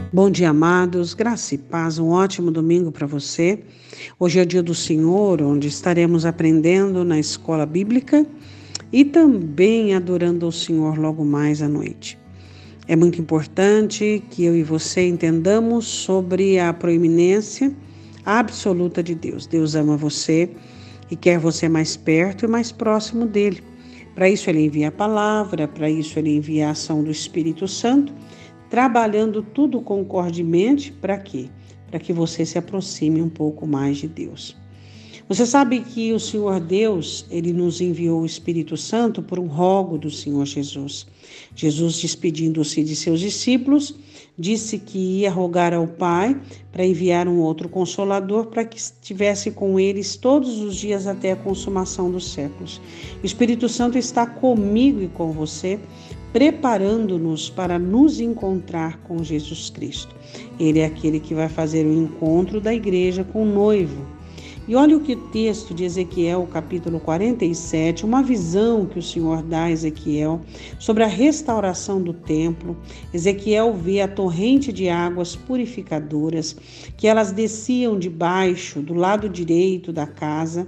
Bom dia, amados, graça e paz, um ótimo domingo para você. Hoje é o dia do Senhor, onde estaremos aprendendo na escola bíblica e também adorando ao Senhor logo mais à noite. É muito importante que eu e você entendamos sobre a proeminência absoluta de Deus. Deus ama você e quer você mais perto e mais próximo dele. Para isso ele envia a palavra, para isso ele envia a ação do Espírito Santo, trabalhando tudo concordemente, para quê? Para que você se aproxime um pouco mais de Deus. Você sabe que o Senhor Deus, ele nos enviou o Espírito Santo por um rogo do Senhor Jesus. Jesus, despedindo-se de seus discípulos, disse que ia rogar ao Pai para enviar um outro Consolador para que estivesse com eles todos os dias até a consumação dos séculos. O Espírito Santo está comigo e com você, preparando-nos para nos encontrar com Jesus Cristo. Ele é aquele que vai fazer o encontro da igreja com o noivo. E olha o que o texto de Ezequiel, capítulo 47, uma visão que o Senhor dá a Ezequiel sobre a restauração do templo. Ezequiel vê a torrente de águas purificadoras, que elas desciam de baixo, do lado direito da casa,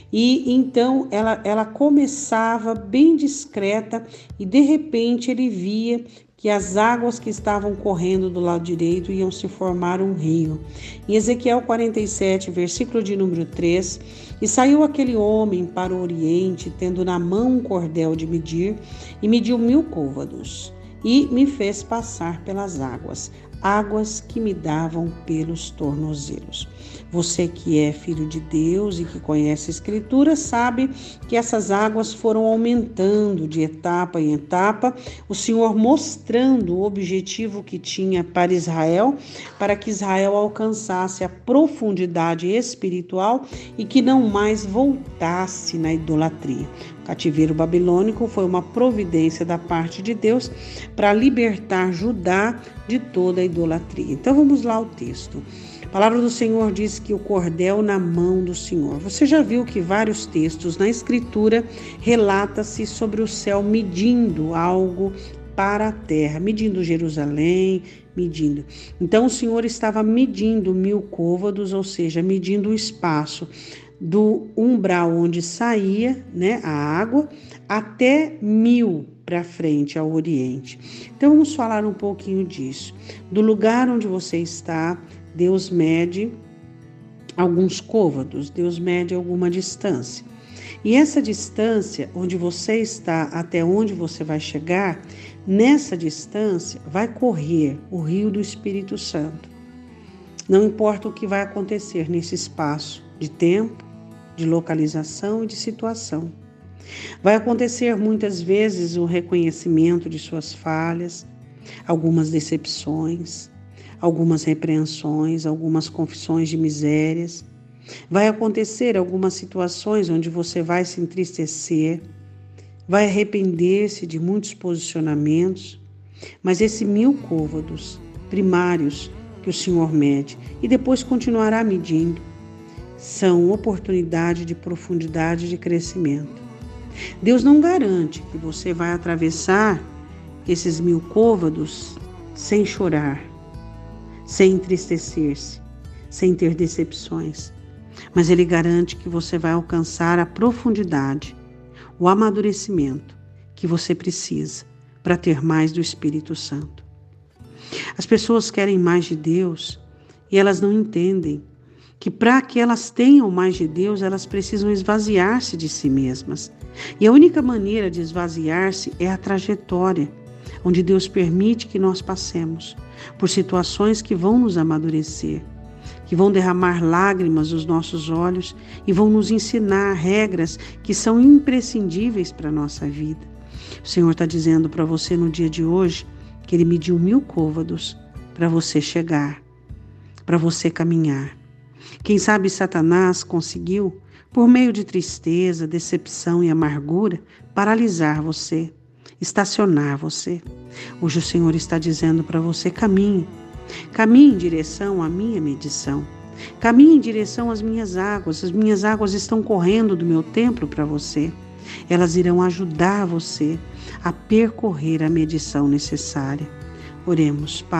e então ela começava bem discreta e de repente ele via que as águas que estavam correndo do lado direito iam se formar um rio. Em Ezequiel 47, versículo de número 3, e saiu aquele homem para o oriente, tendo na mão um cordel de medir, e mediu 1000 côvados, e me fez passar pelas águas, águas que me davam pelos tornozelos. Você que é filho de Deus e que conhece a Escritura sabe que essas águas foram aumentando de etapa em etapa, o Senhor mostrando o objetivo que tinha para Israel, para que Israel alcançasse a profundidade espiritual e que não mais voltasse na idolatria. O cativeiro babilônico foi uma providência da parte de Deus para libertar Judá de toda a idolatria. Então vamos lá ao texto. A palavra do Senhor diz que o cordel na mão do Senhor. Você já viu que vários textos na Escritura relata-se sobre o céu medindo algo para a terra, medindo Jerusalém, medindo. Então o Senhor estava medindo 1000 côvados, ou seja, medindo o espaço do umbral onde saía, a água, até 1000 para frente, ao oriente. Então vamos falar um pouquinho disso. Do lugar onde você está, Deus mede alguns côvados, Deus mede alguma distância. E essa distância, onde você está até onde você vai chegar, nessa distância vai correr o rio do Espírito Santo. Não importa o que vai acontecer nesse espaço de tempo, de localização e de situação. Vai acontecer muitas vezes o reconhecimento de suas falhas, algumas decepções, algumas repreensões, algumas confissões de misérias. Vai acontecer algumas situações onde você vai se entristecer, vai arrepender-se de muitos posicionamentos, mas esses 1000 côvados primários que o Senhor mede e depois continuará medindo, são oportunidade de profundidade de crescimento. Deus não garante que você vai atravessar esses 1000 côvados sem chorar, sem entristecer-se, sem ter decepções. Mas Ele garante que você vai alcançar a profundidade, o amadurecimento que você precisa para ter mais do Espírito Santo. As pessoas querem mais de Deus e elas não entendem que para que elas tenham mais de Deus, elas precisam esvaziar-se de si mesmas. E a única maneira de esvaziar-se é a trajetória, onde Deus permite que nós passemos por situações que vão nos amadurecer, que vão derramar lágrimas dos nossos olhos e vão nos ensinar regras que são imprescindíveis para a nossa vida. O Senhor está dizendo para você no dia de hoje que Ele mediu 1000 côvados para você chegar, para você caminhar. Quem sabe Satanás conseguiu, por meio de tristeza, decepção e amargura, paralisar você, estacionar você. Hoje o Senhor está dizendo para você: caminhe em direção à minha medição, caminhe em direção às minhas águas estão correndo do meu templo para você. Elas irão ajudar você a percorrer a medição necessária. Oremos. Pai,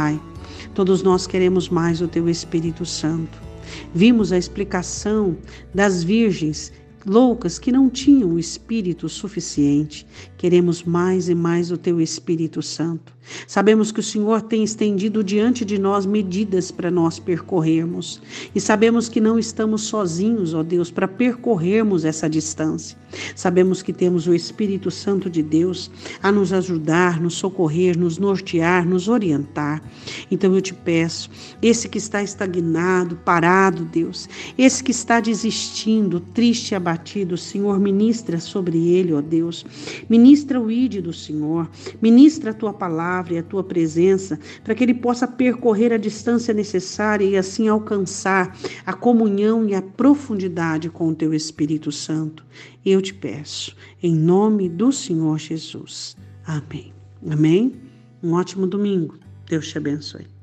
Todos nós queremos mais o Teu Espírito Santo. Vimos a explicação das virgens loucas que não tinham o Espírito suficiente. Queremos mais e mais o Teu Espírito Santo. Sabemos que o Senhor tem estendido diante de nós medidas para nós percorrermos. E sabemos que não estamos sozinhos, ó Deus, para percorrermos essa distância. Sabemos que temos o Espírito Santo de Deus a nos ajudar, nos socorrer, nos nortear, nos orientar. Então eu te peço, esse que está estagnado, parado, Deus, esse que está desistindo, triste e abatido, Senhor, ministra sobre ele, ó Deus. Ministra o ídolo do Senhor, ministra a Tua palavra e a Tua presença, para que ele possa percorrer a distância necessária e assim alcançar a comunhão e a profundidade com o Teu Espírito Santo. Eu te peço, em nome do Senhor Jesus. Amém. Amém? Um ótimo domingo. Deus te abençoe.